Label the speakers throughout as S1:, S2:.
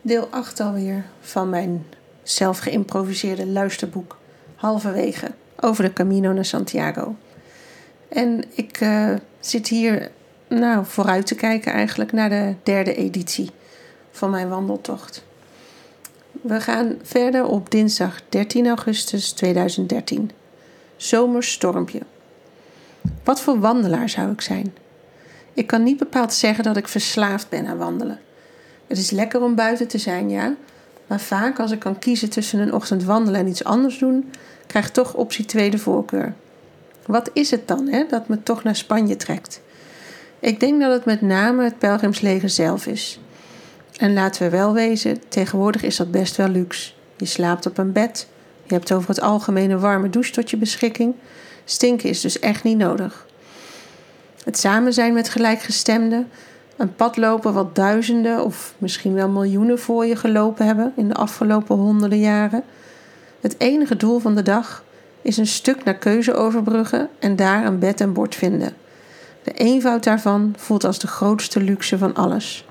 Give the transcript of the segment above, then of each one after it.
S1: Deel 8 alweer van mijn zelf geïmproviseerde luisterboek Halverwege over de Camino naar Santiago. En ik zit hier vooruit te kijken eigenlijk naar de 3e editie van mijn wandeltocht. We gaan verder op dinsdag 13 augustus 2013. Zomerstormpje. Wat voor wandelaar zou ik zijn? Ik kan niet bepaald zeggen dat ik verslaafd ben aan wandelen. Het is lekker om buiten te zijn, ja. Maar vaak als ik kan kiezen tussen een ochtend wandelen en iets anders doen, krijgt toch optie 2 de voorkeur. Wat is het dan, dat me toch naar Spanje trekt? Ik denk dat het met name het pelgrimsleger zelf is. En laten we wel wezen, tegenwoordig is dat best wel luxe. Je slaapt op een bed, je hebt over het algemeen een warme douche tot je beschikking. Stinken is dus echt niet nodig. Het samen zijn met gelijkgestemden, een pad lopen wat duizenden of misschien wel miljoenen voor je gelopen hebben in de afgelopen honderden jaren. Het enige doel van de dag is een stuk naar keuze overbruggen en daar een bed en bord vinden. De eenvoud daarvan voelt als de grootste luxe van alles.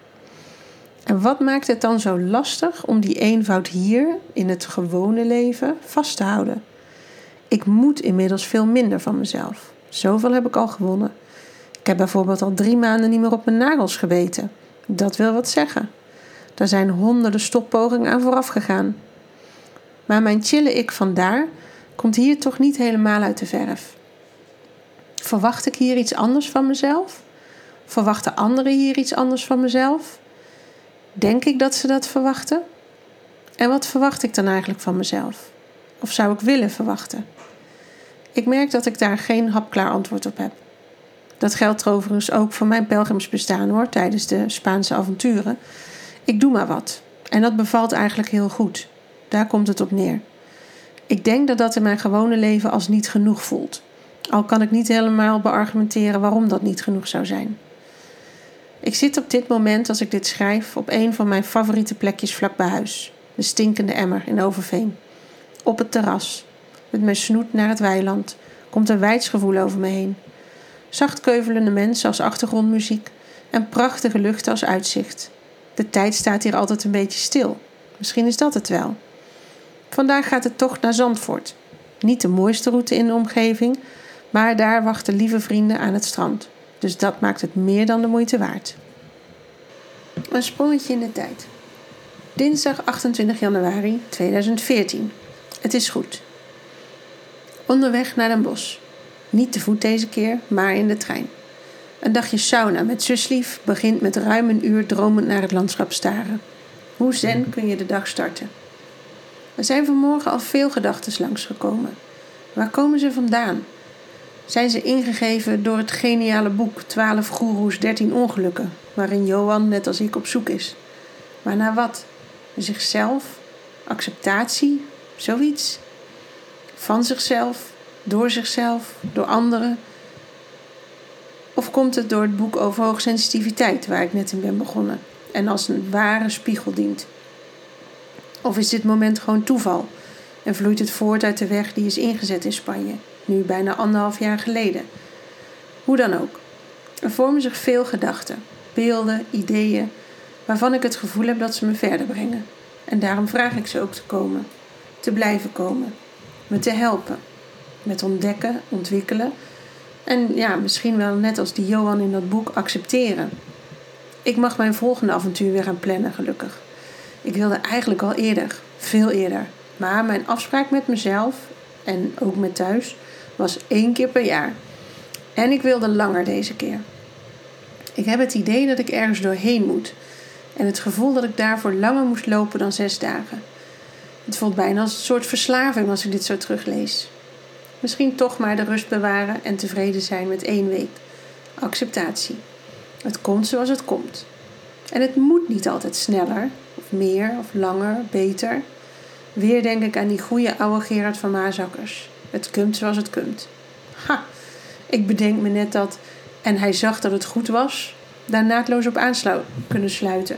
S1: En wat maakt het dan zo lastig om die eenvoud hier in het gewone leven vast te houden? Ik moet inmiddels veel minder van mezelf. Zoveel heb ik al gewonnen. Ik heb bijvoorbeeld al 3 maanden niet meer op mijn nagels gebeten. Dat wil wat zeggen. Daar zijn honderden stoppogingen aan vooraf gegaan. Maar mijn chille ik vandaar komt hier toch niet helemaal uit de verf. Verwacht ik hier iets anders van mezelf? Verwachten anderen hier iets anders van mezelf? Denk ik dat ze dat verwachten? En wat verwacht ik dan eigenlijk van mezelf? Of zou ik willen verwachten? Ik merk dat ik daar geen hapklaar antwoord op heb. Dat geldt overigens ook voor mijn pelgrimsbestaan hoor, tijdens de Spaanse avonturen. Ik doe maar wat. En dat bevalt eigenlijk heel goed. Daar komt het op neer. Ik denk dat dat in mijn gewone leven als niet genoeg voelt. Al kan ik niet helemaal beargumenteren waarom dat niet genoeg zou zijn. Ik zit op dit moment, als ik dit schrijf, op een van mijn favoriete plekjes vlak bij huis. De stinkende emmer in Overveen. Op het terras. Met mijn snoet naar het weiland. Komt een wijdsgevoel over me heen. Zacht keuvelende mensen als achtergrondmuziek en prachtige lucht als uitzicht. De tijd staat hier altijd een beetje stil. Misschien is dat het wel. Vandaag gaat het toch naar Zandvoort. Niet de mooiste route in de omgeving, maar daar wachten lieve vrienden aan het strand. Dus dat maakt het meer dan de moeite waard. Een sprongetje in de tijd. Dinsdag 28 januari 2014. Het is goed. Onderweg naar Den Bosch. Niet te voet deze keer, maar in de trein. Een dagje sauna met zuslief begint met ruim een uur dromend naar het landschap staren. Hoe zen kun je de dag starten? Er zijn vanmorgen al veel gedachten langsgekomen. Waar komen ze vandaan? Zijn ze ingegeven door het geniale boek 12 goeroes 13 ongelukken, waarin Johan net als ik op zoek is? Maar naar wat? Zichzelf? Acceptatie? Zoiets? Van zichzelf? Door anderen? Of komt het door het boek over hoogsensitiviteit waar ik net in ben begonnen en als een ware spiegel dient? Of is dit moment gewoon toeval en vloeit het voort uit de weg die is ingezet in Spanje, nu bijna 1,5 jaar geleden? Hoe dan ook, er vormen zich veel gedachten, beelden, ideeën, waarvan ik het gevoel heb dat ze me verder brengen. En daarom vraag ik ze ook te komen, te blijven komen, me te helpen, met ontdekken, ontwikkelen en misschien wel net als die Johan in dat boek accepteren. Ik mag mijn volgende avontuur weer gaan plannen, gelukkig. Ik wilde eigenlijk al eerder, veel eerder. Maar mijn afspraak met mezelf en ook met thuis was 1 keer per jaar. En ik wilde langer deze keer. Ik heb het idee dat ik ergens doorheen moet. En het gevoel dat ik daarvoor langer moest lopen dan 6 dagen. Het voelt bijna als een soort verslaving als ik dit zo teruglees. Misschien toch maar de rust bewaren en tevreden zijn met 1 week. Acceptatie. Het komt zoals het komt. En het moet niet altijd sneller, of meer, of langer, beter. Weer denk ik aan die goede oude Gerard van Maasakkers. Het komt zoals het komt. Ha, ik bedenk me net dat, en hij zag dat het goed was, daar naadloos op kunnen sluiten.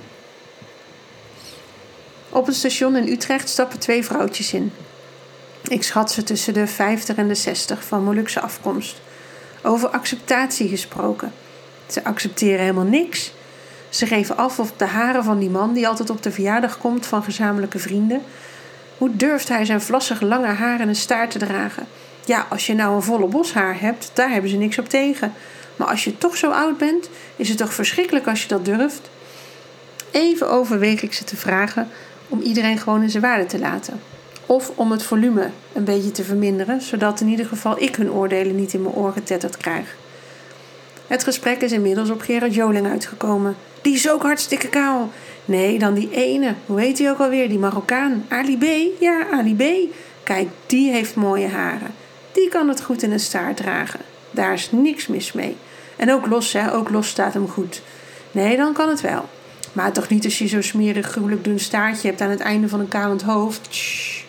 S1: Op het station in Utrecht stappen 2 vrouwtjes in. Ik schat ze tussen de 50 en de 60 van Molukse afkomst. Over acceptatie gesproken. Ze accepteren helemaal niks. Ze geven af op de haren van die man die altijd op de verjaardag komt van gezamenlijke vrienden. Hoe durft hij zijn vlassig lange haar en een staart te dragen? Ja, als je nou een volle bos haar hebt, daar hebben ze niks op tegen. Maar als je toch zo oud bent, is het toch verschrikkelijk als je dat durft? Even overweeg ik ze te vragen om iedereen gewoon in zijn waarde te laten. Of om het volume een beetje te verminderen, zodat in ieder geval ik hun oordelen niet in mijn oor getetterd krijg. Het gesprek is inmiddels op Gerard Joling uitgekomen. Die is ook hartstikke kaal. Nee, dan die ene. Hoe heet die ook alweer? Die Marokkaan. Ali B? Ja, Ali B. Kijk, die heeft mooie haren. Die kan het goed in een staart dragen. Daar is niks mis mee. En ook los, hè. Ook los staat hem goed. Nee, dan kan het wel. Maar toch niet als je zo'n smerig, gruwelijk dun staartje hebt aan het einde van een kalend hoofd. Tsch.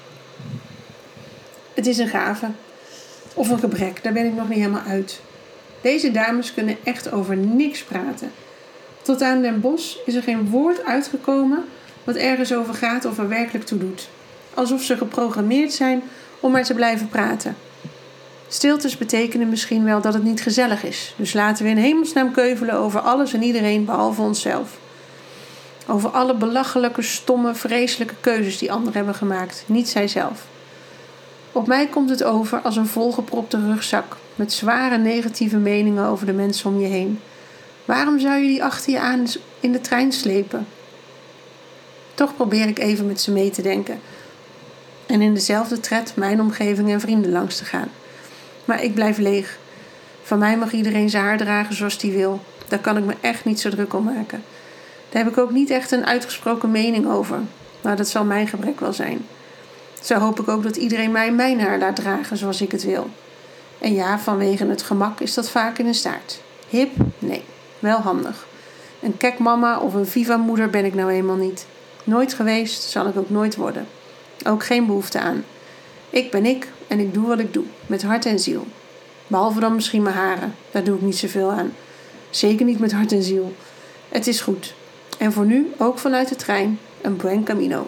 S1: Het is een gave. Of een gebrek, daar ben ik nog niet helemaal uit. Deze dames kunnen echt over niks praten. Tot aan Den Bosch is er geen woord uitgekomen wat ergens over gaat of er werkelijk toe doet. Alsof ze geprogrammeerd zijn om maar te blijven praten. Stiltes betekenen misschien wel dat het niet gezellig is. Dus laten we in hemelsnaam keuvelen over alles en iedereen behalve onszelf. Over alle belachelijke, stomme, vreselijke keuzes die anderen hebben gemaakt. Niet zijzelf. Op mij komt het over als een volgepropte rugzak. Met zware negatieve meningen over de mensen om je heen. Waarom zou je die achter je aan in de trein slepen? Toch probeer ik even met ze mee te denken. En in dezelfde tred mijn omgeving en vrienden langs te gaan. Maar ik blijf leeg. Van mij mag iedereen zijn haar dragen zoals hij wil. Daar kan ik me echt niet zo druk om maken. Daar heb ik ook niet echt een uitgesproken mening over. Maar dat zal mijn gebrek wel zijn. Zo hoop ik ook dat iedereen mij mijn haar laat dragen zoals ik het wil. En ja, vanwege het gemak is dat vaak in een staart. Hip? Nee. Wel handig. Een kekmama of een viva-moeder ben ik nou eenmaal niet. Nooit geweest, zal ik ook nooit worden. Ook geen behoefte aan. Ik ben ik en ik doe wat ik doe. Met hart en ziel. Behalve dan misschien mijn haren. Daar doe ik niet zoveel aan. Zeker niet met hart en ziel. Het is goed. En voor nu, ook vanuit de trein, een buen camino.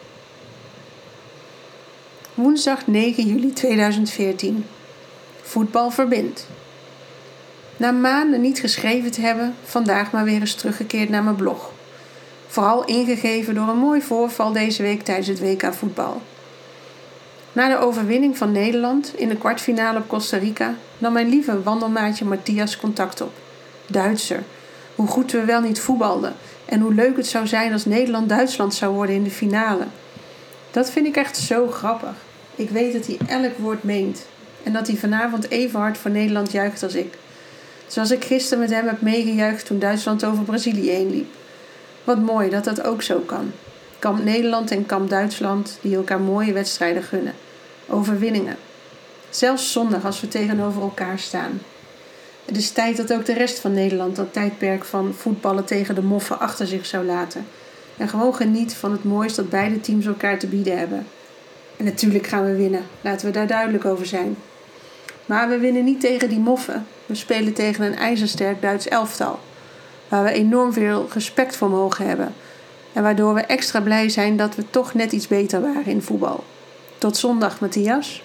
S1: Woensdag 9 juli 2014. Voetbal verbindt. Na maanden niet geschreven te hebben, vandaag maar weer eens teruggekeerd naar mijn blog. Vooral ingegeven door een mooi voorval deze week tijdens het WK voetbal. Na de overwinning van Nederland in de kwartfinale op Costa Rica nam mijn lieve wandelmaatje Matthias contact op. Duitser. Hoe goed we wel niet voetbalden en hoe leuk het zou zijn als Nederland-Duitsland zou worden in de finale. Dat vind ik echt zo grappig. Ik weet dat hij elk woord meent en dat hij vanavond even hard voor Nederland juicht als ik. Zoals ik gisteren met hem heb meegejuicht toen Duitsland over Brazilië heen liep. Wat mooi dat dat ook zo kan. Kamp Nederland en kamp Duitsland die elkaar mooie wedstrijden gunnen. Overwinningen. Zelfs zondag als we tegenover elkaar staan. Het is tijd dat ook de rest van Nederland dat tijdperk van voetballen tegen de moffen achter zich zou laten. En gewoon geniet van het moois dat beide teams elkaar te bieden hebben. En natuurlijk gaan we winnen. Laten we daar duidelijk over zijn. Maar we winnen niet tegen die moffen. We spelen tegen een ijzersterk Duits elftal. Waar we enorm veel respect voor mogen hebben. En waardoor we extra blij zijn dat we toch net iets beter waren in voetbal. Tot zondag, Matthias.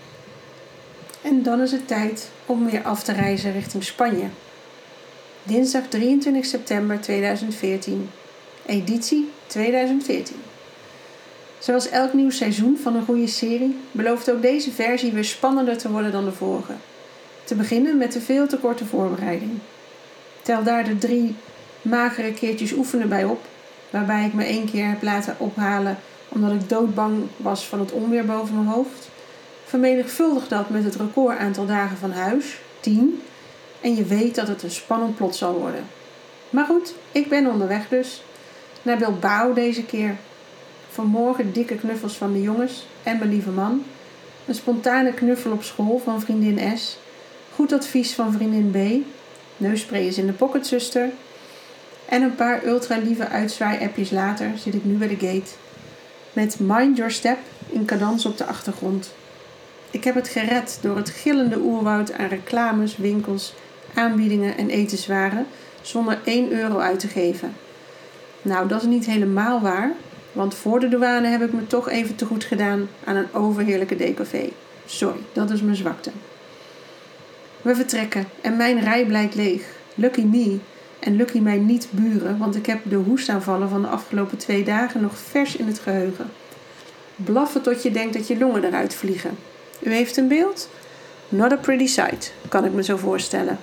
S1: En dan is het tijd om weer af te reizen richting Spanje. Dinsdag 23 september 2014. Editie 2014. Zoals elk nieuw seizoen van een goede serie belooft ook deze versie weer spannender te worden dan de vorige. Te beginnen met de veel te korte voorbereiding. Tel daar de 3 magere keertjes oefenen bij op, waarbij ik me 1 keer heb laten ophalen omdat ik doodbang was van het onweer boven mijn hoofd. Vermenigvuldig dat met het record aantal dagen van huis, 10, en je weet dat het een spannend plot zal worden. Maar goed, ik ben onderweg dus. Naar Bilbao deze keer. Vanmorgen dikke knuffels van de jongens en mijn lieve man. Een spontane knuffel op school van vriendin S. Goed advies van vriendin B. Neusspray is in de pocket, zuster. En een paar ultra lieve uitzwaai-appjes later zit ik nu bij de gate. Met Mind Your Step in cadans op de achtergrond. Ik heb het gered door het gillende oerwoud aan reclames, winkels, aanbiedingen en etenswaren zonder €1 uit te geven. Nou, dat is niet helemaal waar, want voor de douane heb ik me toch even te goed gedaan aan een overheerlijke decafé. Sorry, dat is mijn zwakte. We vertrekken en mijn rij blijkt leeg. Lucky me. En lucky mij niet buren, want ik heb de hoestaanvallen van de afgelopen 2 dagen nog vers in het geheugen. Blaffen tot je denkt dat je longen eruit vliegen. U heeft een beeld? Not a pretty sight, kan ik me zo voorstellen.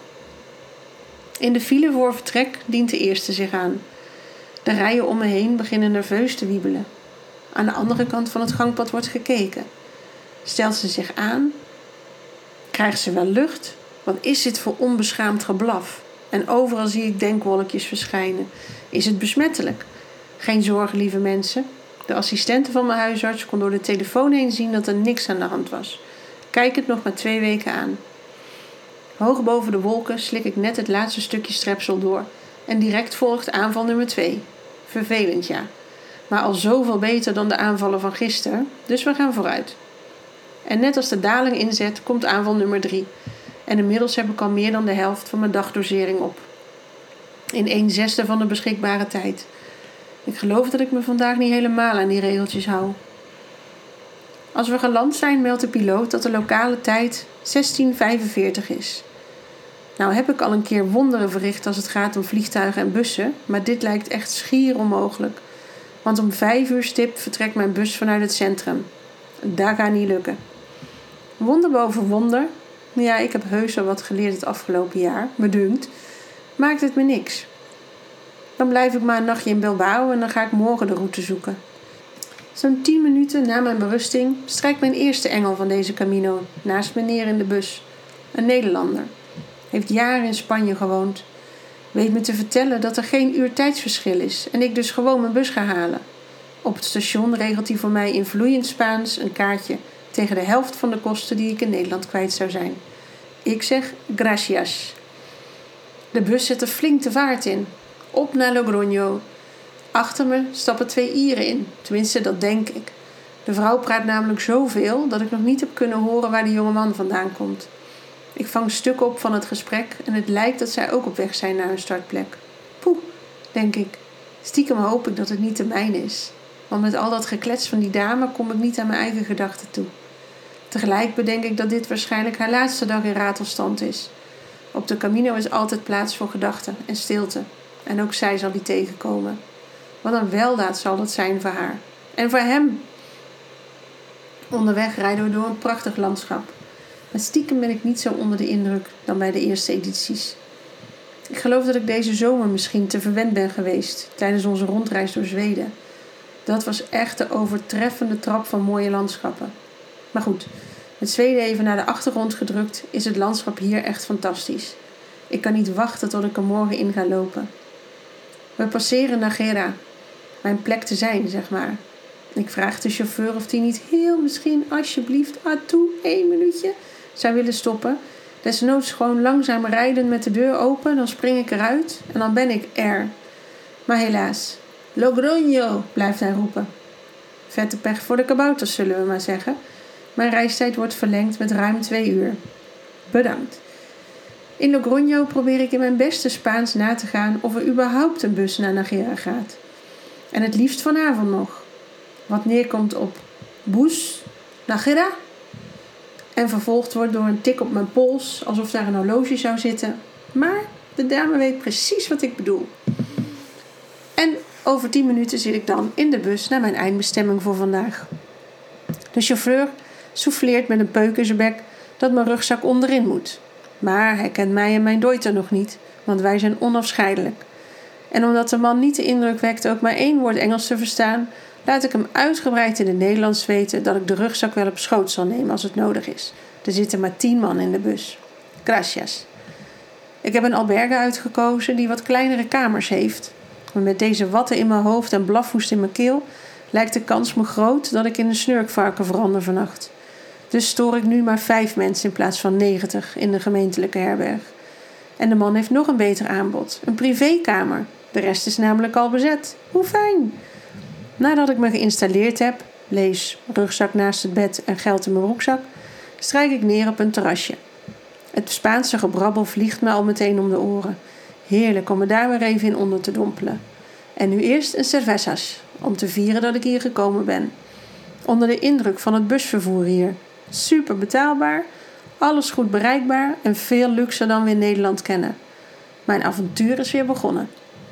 S1: In de file voor vertrek dient de eerste zich aan. De rijen om me heen beginnen nerveus te wiebelen. Aan de andere kant van het gangpad wordt gekeken. Stelt ze zich aan? Krijgt ze wel lucht? Wat is dit voor onbeschaamd geblaf? En overal zie ik denkwolkjes verschijnen. Is het besmettelijk? Geen zorgen, lieve mensen. De assistente van mijn huisarts kon door de telefoon heen zien dat er niks aan de hand was. Kijk het nog maar 2 weken aan. Hoog boven de wolken slik ik net het laatste stukje strepsel door. En direct volgt aanval nummer 2. Vervelend, ja. Maar al zoveel beter dan de aanvallen van gisteren, dus we gaan vooruit. En net als de daling inzet, komt aanval nummer 3. En inmiddels heb ik al meer dan de helft van mijn dagdosering op. In 1/6 van de beschikbare tijd. Ik geloof dat ik me vandaag niet helemaal aan die regeltjes hou. Als we geland zijn, meldt de piloot dat de lokale tijd 16:45 is. Nou heb ik al een keer wonderen verricht als het gaat om vliegtuigen en bussen, maar dit lijkt echt schier onmogelijk. Want om 5 uur stip vertrekt mijn bus vanuit het centrum. Dat gaat niet lukken. Wonder boven wonder, ja, ik heb heus al wat geleerd het afgelopen jaar, me dunkt, maakt het me niks. Dan blijf ik maar een nachtje in Bilbao en dan ga ik morgen de route zoeken. Zo'n 10 minuten na mijn berusting strijkt mijn eerste engel van deze Camino naast me neer in de bus. Een Nederlander. Heeft jaren in Spanje gewoond. Weet me te vertellen dat er geen uur tijdsverschil is en ik dus gewoon mijn bus ga halen. Op het station regelt hij voor mij in vloeiend Spaans een kaartje tegen de helft van de kosten die ik in Nederland kwijt zou zijn. Ik zeg gracias. De bus zet er flink de vaart in. Op naar Logroño. Achter me stappen 2 Ieren in, tenminste dat denk ik. De vrouw praat namelijk zoveel dat ik nog niet heb kunnen horen waar de jonge man vandaan komt. Ik vang stukken op van het gesprek en het lijkt dat zij ook op weg zijn naar hun startplek. Poeh, denk ik. Stiekem hoop ik dat het niet de mijne is. Want met al dat geklets van die dame kom ik niet aan mijn eigen gedachten toe. Tegelijk bedenk ik dat dit waarschijnlijk haar laatste dag in ratelstand is. Op de Camino is altijd plaats voor gedachten en stilte. En ook zij zal die tegenkomen. Wat een weldaad zal dat zijn voor haar. En voor hem. Onderweg rijden we door een prachtig landschap. Maar stiekem ben ik niet zo onder de indruk dan bij de eerste edities. Ik geloof dat ik deze zomer misschien te verwend ben geweest tijdens onze rondreis door Zweden. Dat was echt de overtreffende trap van mooie landschappen. Maar goed, met Zweden even naar de achtergrond gedrukt is het landschap hier echt fantastisch. Ik kan niet wachten tot ik er morgen in ga lopen. We passeren Nájera, mijn plek te zijn, zeg maar. Ik vraag de chauffeur of die niet heel misschien alsjeblieft 1 minuutje zou willen stoppen. Desnoods gewoon langzaam rijden met de deur open, dan spring ik eruit en dan ben ik er. Maar helaas, Logroño, blijft hij roepen. Vette pech voor de kabouters, zullen we maar zeggen. Mijn reistijd wordt verlengd met ruim 2 uur. Bedankt. In Logroño probeer ik in mijn beste Spaans na te gaan of er überhaupt een bus naar Nájera gaat. En het liefst vanavond nog. Wat neerkomt op bus, Nájera. En vervolgd wordt door een tik op mijn pols, alsof daar een horloge zou zitten. Maar de dame weet precies wat ik bedoel. En over 10 minuten zit ik dan in de bus naar mijn eindbestemming voor vandaag. De chauffeur souffleert met een peuk in zijn bek dat mijn rugzak onderin moet. Maar hij kent mij en mijn Deuter nog niet, want wij zijn onafscheidelijk. En omdat de man niet de indruk wekt ook maar 1 woord Engels te verstaan, laat ik hem uitgebreid in het Nederlands weten dat ik de rugzak wel op schoot zal nemen als het nodig is. Er zitten maar 10 man in de bus. Gracias. Ik heb een alberge uitgekozen die wat kleinere kamers heeft. Maar met deze watten in mijn hoofd en blafhoest in mijn keel lijkt de kans me groot dat ik in een snurkvarken verander vannacht. Dus stoor ik nu maar 5 mensen in plaats van 90 in de gemeentelijke herberg. En de man heeft nog een beter aanbod. Een privékamer. De rest is namelijk al bezet. Hoe fijn! Nadat ik me geïnstalleerd heb, lees rugzak naast het bed en geld in mijn broekzak, strijk ik neer op een terrasje. Het Spaanse gebrabbel vliegt me al meteen om de oren. Heerlijk om me daar weer even in onder te dompelen. En nu eerst een cervezas, om te vieren dat ik hier gekomen ben. Onder de indruk van het busvervoer hier. Super betaalbaar, alles goed bereikbaar en veel luxer dan we in Nederland kennen. Mijn avontuur is weer begonnen.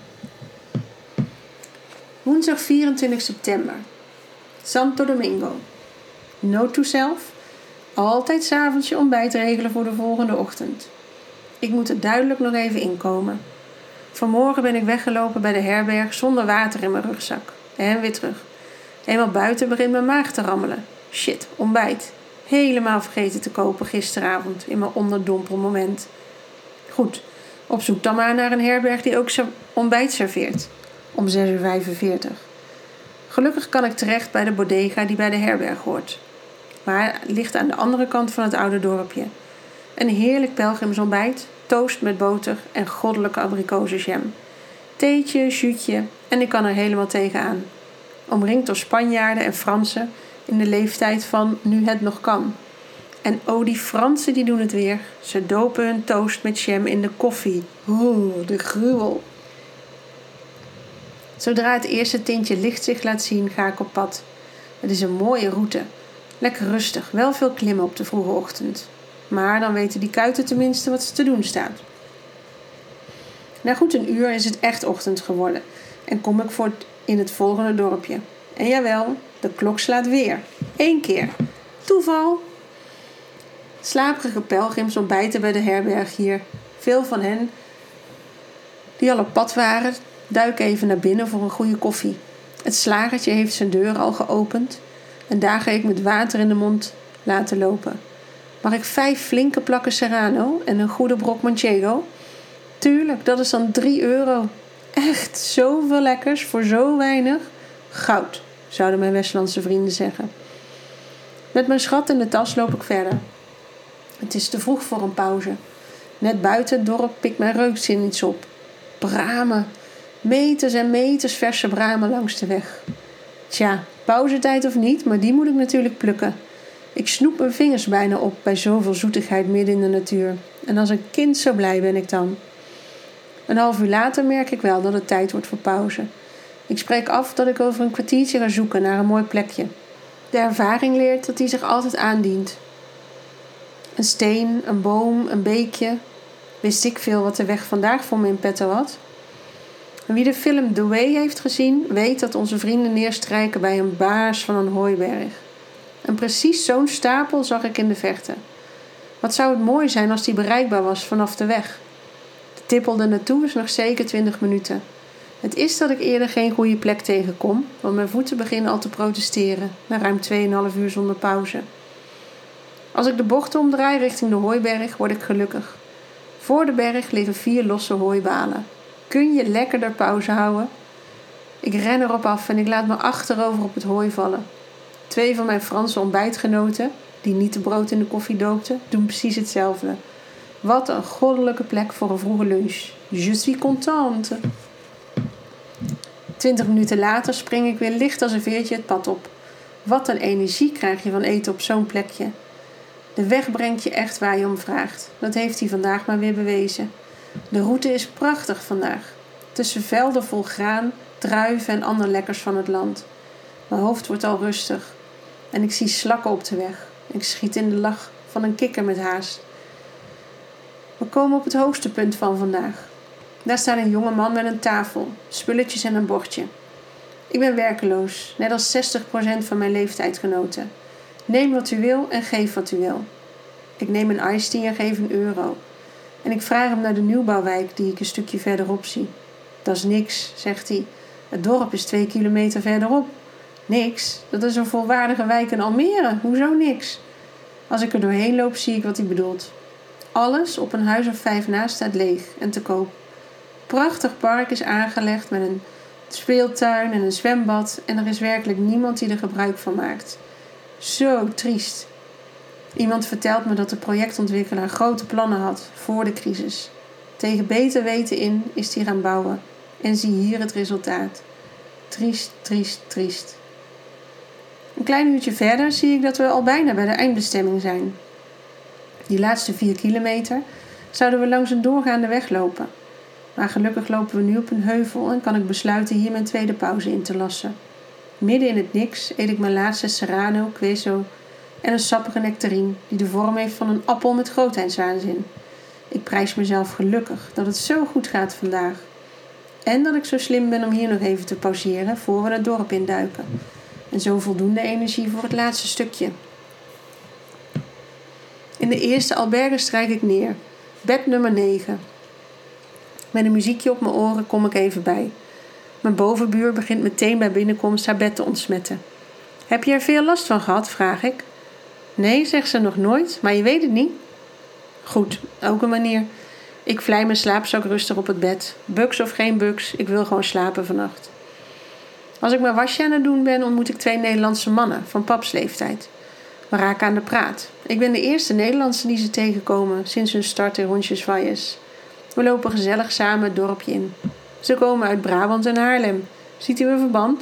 S1: Woensdag 24 september. Santo Domingo. Note to self. Altijd 's avonds je ontbijt regelen voor de volgende ochtend. Ik moet er duidelijk nog even inkomen. Vanmorgen ben ik weggelopen bij de herberg zonder water in mijn rugzak. En weer terug. Eenmaal buiten begint mijn maag te rammelen. Shit, ontbijt. Helemaal vergeten te kopen gisteravond in mijn onderdompelmoment. Goed, op zoek dan maar naar een herberg die ook ontbijt serveert. Om 6:45. Gelukkig kan ik terecht bij de bodega die bij de herberg hoort. Maar het ligt aan de andere kant van het oude dorpje. Een heerlijk pelgrimsontbijt, toast met boter en goddelijke abrikozenjam. Theetje, juutje en ik kan er helemaal tegenaan. Omringd door Spanjaarden en Fransen in de leeftijd van nu het nog kan. En die Fransen die doen het weer. Ze dopen hun toast met jam in de koffie. Oeh, de gruwel. Zodra het eerste tintje licht zich laat zien, ga ik op pad. Het is een mooie route. Lekker rustig, wel veel klimmen op de vroege ochtend. Maar dan weten die kuiten tenminste wat ze te doen staat. Na goed een uur is het echt ochtend geworden en kom ik in het volgende dorpje. En jawel, de klok slaat weer. 1 keer. Toeval. Slaperige pelgrims ontbijten bij de herberg hier. Veel van hen die al op pad waren, duiken even naar binnen voor een goede koffie. Het slagertje heeft zijn deur al geopend en daar ga ik met water in de mond laten lopen. Mag ik 5 flinke plakken Serrano en een goede brok Manchego? Tuurlijk, dat is dan €3. Echt zoveel lekkers voor zo weinig. Goud, zouden mijn Westlandse vrienden zeggen. Met mijn schat in de tas loop ik verder. Het is te vroeg voor een pauze. Net buiten het dorp pikt mijn reukzin iets op. Bramen. Meters en meters verse bramen langs de weg. Tja, pauzetijd of niet, maar die moet ik natuurlijk plukken. Ik snoep mijn vingers bijna op bij zoveel zoetigheid midden in de natuur. En als een kind zo blij ben ik dan. Een half uur later merk ik wel dat het tijd wordt voor pauze. Ik spreek af dat ik over een kwartiertje ga zoeken naar een mooi plekje. De ervaring leert dat die zich altijd aandient. Een steen, een boom, een beekje. Wist ik veel wat de weg vandaag voor me in petto had. En wie de film The Way heeft gezien, weet dat onze vrienden neerstrijken bij een baars van een hooiberg. En precies zo'n stapel zag ik in de verte. Wat zou het mooi zijn als die bereikbaar was vanaf de weg. De tippel er naartoe is nog zeker 20 minuten. Het is dat ik eerder geen goede plek tegenkom, want mijn voeten beginnen al te protesteren, na ruim 2,5 uur zonder pauze. Als ik de bocht omdraai richting de hooiberg, word ik gelukkig. Voor de berg liggen 4 losse hooibalen. Kun je lekkerder pauze houden? Ik ren erop af en ik laat me achterover op het hooi vallen. 2 van mijn Franse ontbijtgenoten, die niet de brood in de koffie doopten, doen precies hetzelfde. Wat een goddelijke plek voor een vroege lunch. Je suis contente. 20 minuten later spring ik weer licht als een veertje het pad op. Wat een energie krijg je van eten op zo'n plekje. De weg brengt je echt waar je om vraagt. Dat heeft hij vandaag maar weer bewezen. De route is prachtig vandaag. Tussen velden vol graan, druiven en andere lekkers van het land. Mijn hoofd wordt al rustig. En ik zie slakken op de weg. Ik schiet in de lach van een kikker met haast. We komen op het hoogste punt van vandaag. Daar staat een jonge man met een tafel, spulletjes en een bordje. Ik ben werkeloos, net als 60% van mijn leeftijdgenoten. Neem wat u wil en geef wat u wil. Ik neem een iced tea en geef €1. En ik vraag hem naar de nieuwbouwwijk die ik een stukje verderop zie. Dat is niks, zegt hij. Het dorp is 2 kilometer verderop. Niks? Dat is een volwaardige wijk in Almere. Hoezo niks? Als ik er doorheen loop, zie ik wat hij bedoelt. Alles op een huis of 5 naast staat leeg en te koop. Prachtig park is aangelegd met een speeltuin en een zwembad en er is werkelijk niemand die er gebruik van maakt. Zo triest. Iemand vertelt me dat de projectontwikkelaar grote plannen had voor de crisis. Tegen beter weten in is hij gaan bouwen. En zie hier het resultaat. Triest, triest, triest. Een klein uurtje verder zie ik dat we al bijna bij de eindbestemming zijn. Die laatste 4 kilometer zouden we langs een doorgaande weg lopen. Maar gelukkig lopen we nu op een heuvel en kan ik besluiten hier mijn tweede pauze in te lassen. Midden in het niks eet ik mijn laatste Serrano, Queso en een sappige nectarine die de vorm heeft van een appel met grootheidswaanzin. Ik prijs mezelf gelukkig dat het zo goed gaat vandaag. En dat ik zo slim ben om hier nog even te pauzeren voor we het dorp induiken. En zo voldoende energie voor het laatste stukje. In de eerste alberge strijk ik neer. Bed nummer 9. Met een muziekje op mijn oren kom ik even bij. Mijn bovenbuur begint meteen bij binnenkomst haar bed te ontsmetten. Heb je er veel last van gehad, vraag ik. Nee, zegt ze nog nooit, maar je weet het niet. Goed, ook een manier. Ik vlei mijn slaapzak rustig op het bed. Bugs of geen bugs, ik wil gewoon slapen vannacht. Als ik mijn wasje aan het doen ben, ontmoet ik 2 Nederlandse mannen van paps leeftijd. We raken aan de praat. Ik ben de eerste Nederlandse die ze tegenkomen sinds hun start in Rondjes Valles. We lopen gezellig samen het dorpje in. Ze komen uit Brabant en Haarlem. Ziet u een verband?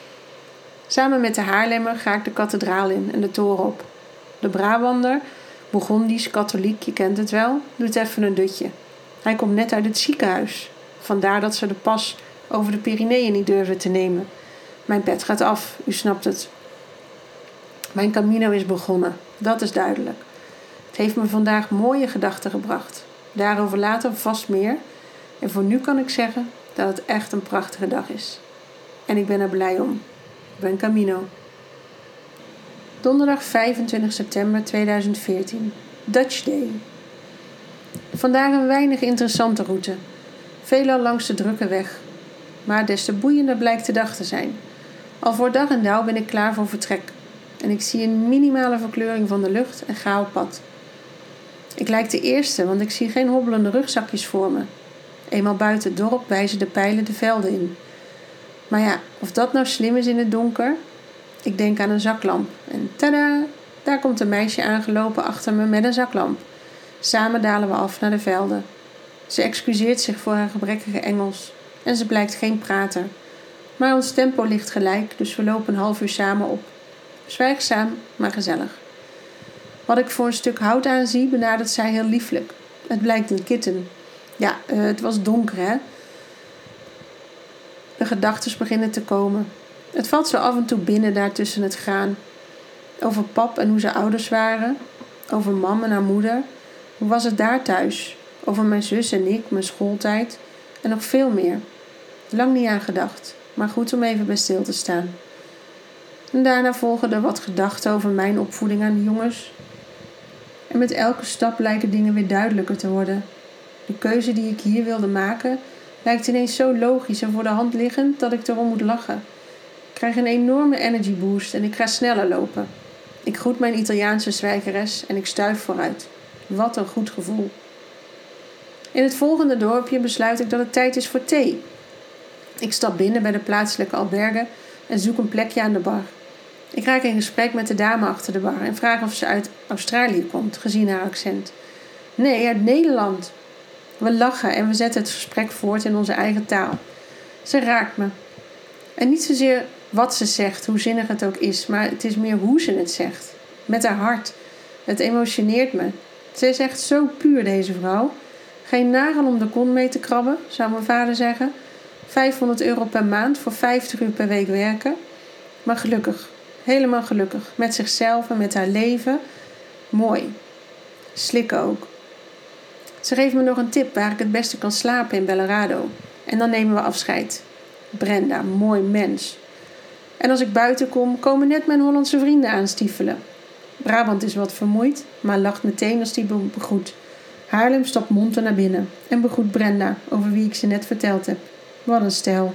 S1: Samen met de Haarlemmer ga ik de kathedraal in en de toren op. De Brabander, Bourgondisch, katholiek, je kent het wel, doet even een dutje. Hij komt net uit het ziekenhuis. Vandaar dat ze de pas over de Pyreneeën niet durven te nemen. Mijn pet gaat af, u snapt het. Mijn Camino is begonnen, dat is duidelijk. Het heeft me vandaag mooie gedachten gebracht. Daarover later vast meer. En voor nu kan ik zeggen dat het echt een prachtige dag is. En ik ben er blij om. Ben Camino. Donderdag 25 september 2014. Dutch Day. Vandaag een weinig interessante route. Veelal langs de drukke weg. Maar des te boeiender blijkt de dag te zijn. Al voor dag en dauw ben ik klaar voor vertrek. En ik zie een minimale verkleuring van de lucht en ga op pad. Ik lijk de eerste, want ik zie geen hobbelende rugzakjes voor me. Eenmaal buiten het dorp wijzen de pijlen de velden in. Maar ja, of dat nou slim is in het donker? Ik denk aan een zaklamp. En tada, daar komt een meisje aangelopen achter me met een zaklamp. Samen dalen we af naar de velden. Ze excuseert zich voor haar gebrekkige Engels. En ze blijkt geen prater. Maar ons tempo ligt gelijk, dus we lopen een half uur samen op. Zwijgzaam, maar gezellig. Wat ik voor een stuk hout aanzie, benadert zij heel lieflijk. Het blijkt een kitten. Ja, het was donker, hè? De gedachten beginnen te komen. Het valt zo af en toe binnen daar tussen het graan. Over pap en hoe zijn ouders waren. Over mam en haar moeder. Hoe was het daar thuis? Over mijn zus en ik, mijn schooltijd. En nog veel meer. Lang niet aan gedacht. Maar goed om even bij stil te staan. En daarna volgen er wat gedachten over mijn opvoeding aan de jongens. En met elke stap lijken dingen weer duidelijker te worden. De keuze die ik hier wilde maken lijkt ineens zo logisch en voor de hand liggend dat ik erom moet lachen. Ik krijg een enorme energy boost en ik ga sneller lopen. Ik groet mijn Italiaanse zwijgeres en ik stuif vooruit. Wat een goed gevoel. In het volgende dorpje besluit ik dat het tijd is voor thee. Ik stap binnen bij de plaatselijke alberge en zoek een plekje aan de bar. Ik raak in gesprek met de dame achter de bar en vraag of ze uit Australië komt, gezien haar accent. Nee, uit Nederland. We lachen en we zetten het gesprek voort in onze eigen taal. Ze raakt me. En niet zozeer wat ze zegt, hoe zinnig het ook is, maar het is meer hoe ze het zegt. Met haar hart. Het emotioneert me. Ze is echt zo puur, deze vrouw. Geen nagel om de kont mee te krabben, zou mijn vader zeggen. €500 per maand voor 50 uur per week werken. Maar gelukkig. Helemaal gelukkig. Met zichzelf en met haar leven. Mooi. Slikken ook. Ze geeft me nog een tip waar ik het beste kan slapen in Bellarado. En dan nemen we afscheid. Brenda, mooi mens. En als ik buiten kom, komen net mijn Hollandse vrienden aanstiefelen. Brabant is wat vermoeid, maar lacht meteen als die begroet. Haarlem stapt monter naar binnen en begroet Brenda, over wie ik ze net verteld heb. Wat een stijl.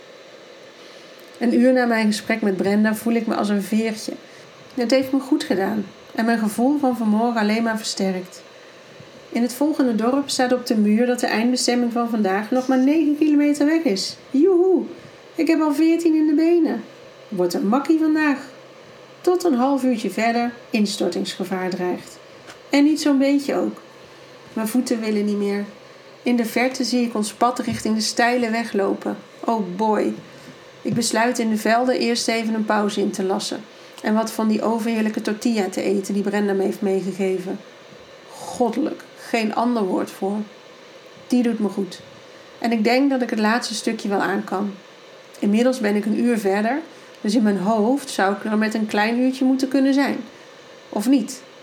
S1: Een uur na mijn gesprek met Brenda voel ik me als een veertje. Het heeft me goed gedaan en mijn gevoel van vanmorgen alleen maar versterkt. In het volgende dorp staat op de muur dat de eindbestemming van vandaag nog maar 9 kilometer weg is. Joehoe, ik heb al 14 in de benen. Wordt een makkie vandaag. Tot een half uurtje verder instortingsgevaar dreigt. En niet zo'n beetje ook. Mijn voeten willen niet meer. In de verte zie ik ons pad richting de steile weg lopen. Oh boy. Ik besluit in de velden eerst even een pauze in te lassen. En wat van die overheerlijke tortilla te eten die Brenda me heeft meegegeven. Goddelijk. Geen ander woord voor. Die doet me goed. En ik denk dat ik het laatste stukje wel aan kan. Inmiddels ben ik een uur verder. Dus in mijn hoofd zou ik er met een klein uurtje moeten kunnen zijn. Of niet?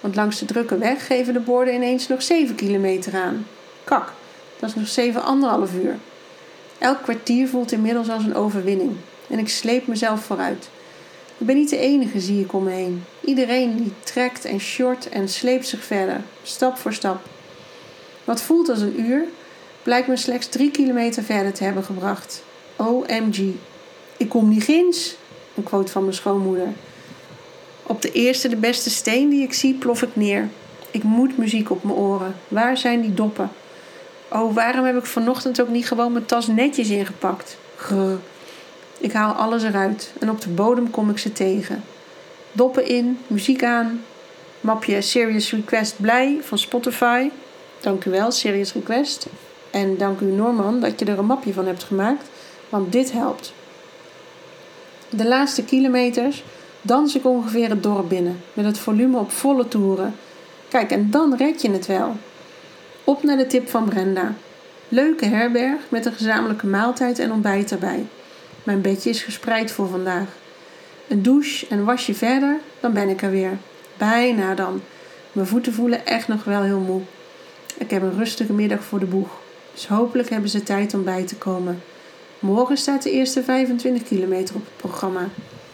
S1: Want langs de drukke weg geven de borden ineens nog 7 kilometer aan. Kak, dat is nog 7,5 uur. Elk kwartier voelt inmiddels als een overwinning. En ik sleep mezelf vooruit. Ik ben niet de enige, zie ik om me heen. Iedereen die trekt en short en sleept zich verder, stap voor stap. Wat voelt als een uur, blijkt me slechts 3 kilometer verder te hebben gebracht. OMG. Ik kom niet ginds, een quote van mijn schoonmoeder. Op de eerste de beste steen die ik zie, plof ik neer. Ik moet muziek op mijn oren. Waar zijn die doppen? Oh, waarom heb ik vanochtend ook niet gewoon mijn tas netjes ingepakt? Grrr. Ik haal alles eruit en op de bodem kom ik ze tegen. Doppen in, muziek aan, mapje Serious Request blij van Spotify. Dank u wel, Serious Request. En dank u Norman dat je er een mapje van hebt gemaakt, want dit helpt. De laatste kilometers dans ik ongeveer het dorp binnen, met het volume op volle toeren. Kijk, en dan red je het wel. Op naar de tip van Brenda. Leuke herberg met een gezamenlijke maaltijd en ontbijt erbij. Mijn bedje is gespreid voor vandaag. Een douche en wasje verder, dan ben ik er weer. Bijna dan. Mijn voeten voelen echt nog wel heel moe. Ik heb een rustige middag voor de boeg. Dus hopelijk hebben ze tijd om bij te komen. Morgen staat de eerste 25 kilometer op het programma.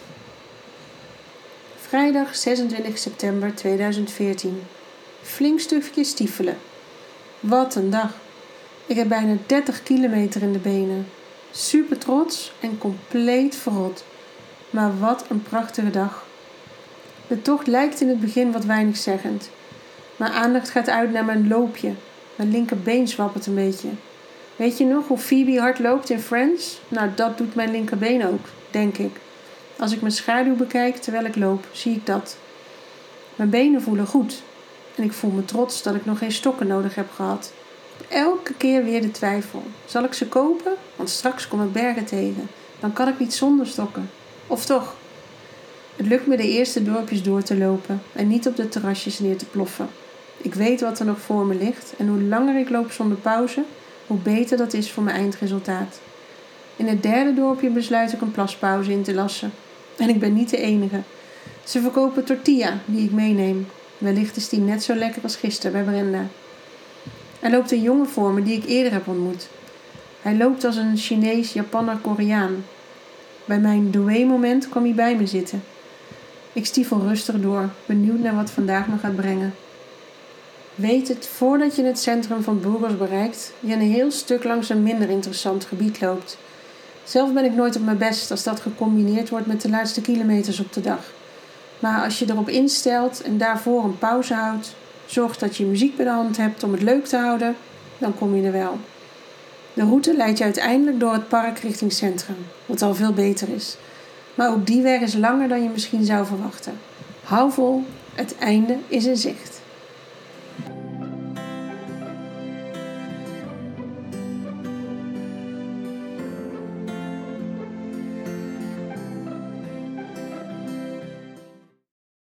S1: Vrijdag 26 september 2014. Flink stukje stiefelen. Wat een dag. Ik heb bijna 30 kilometer in de benen. Super trots en compleet verrot. Maar wat een prachtige dag. De tocht lijkt in het begin wat weinigzeggend. Mijn aandacht gaat uit naar mijn loopje. Mijn linkerbeen zwappert een beetje. Weet je nog hoe Phoebe hard loopt in Friends? Nou, dat doet mijn linkerbeen ook, denk ik. Als ik mijn schaduw bekijk terwijl ik loop, zie ik dat. Mijn benen voelen goed. En ik voel me trots dat ik nog geen stokken nodig heb gehad. Elke keer weer de twijfel. Zal ik ze kopen? Want straks kom ik bergen tegen. Dan kan ik niet zonder stokken. Of toch? Het lukt me de eerste dorpjes door te lopen en niet op de terrasjes neer te ploffen. Ik weet wat er nog voor me ligt en hoe langer ik loop zonder pauze, hoe beter dat is voor mijn eindresultaat. In het derde dorpje besluit ik een plaspauze in te lassen. En ik ben niet de enige. Ze verkopen tortilla die ik meeneem. Wellicht is die net zo lekker als gisteren bij Brenda. Er loopt een jongen voor me die ik eerder heb ontmoet. Hij loopt als een Chinees, Japanner, Koreaan. Bij mijn doué-moment kwam hij bij me zitten. Ik stiefel rustig door, benieuwd naar wat vandaag me gaat brengen. Weet het, voordat je het centrum van Burgos bereikt, je een heel stuk langs een minder interessant gebied loopt. Zelf ben ik nooit op mijn best als dat gecombineerd wordt met de laatste kilometers op de dag. Maar als je erop instelt en daarvoor een pauze houdt, zorgt dat je muziek bij de hand hebt om het leuk te houden, dan kom je er wel. De route leidt je uiteindelijk door het park richting centrum, wat al veel beter is. Maar ook die weg is langer dan je misschien zou verwachten. Hou vol, het einde is in zicht.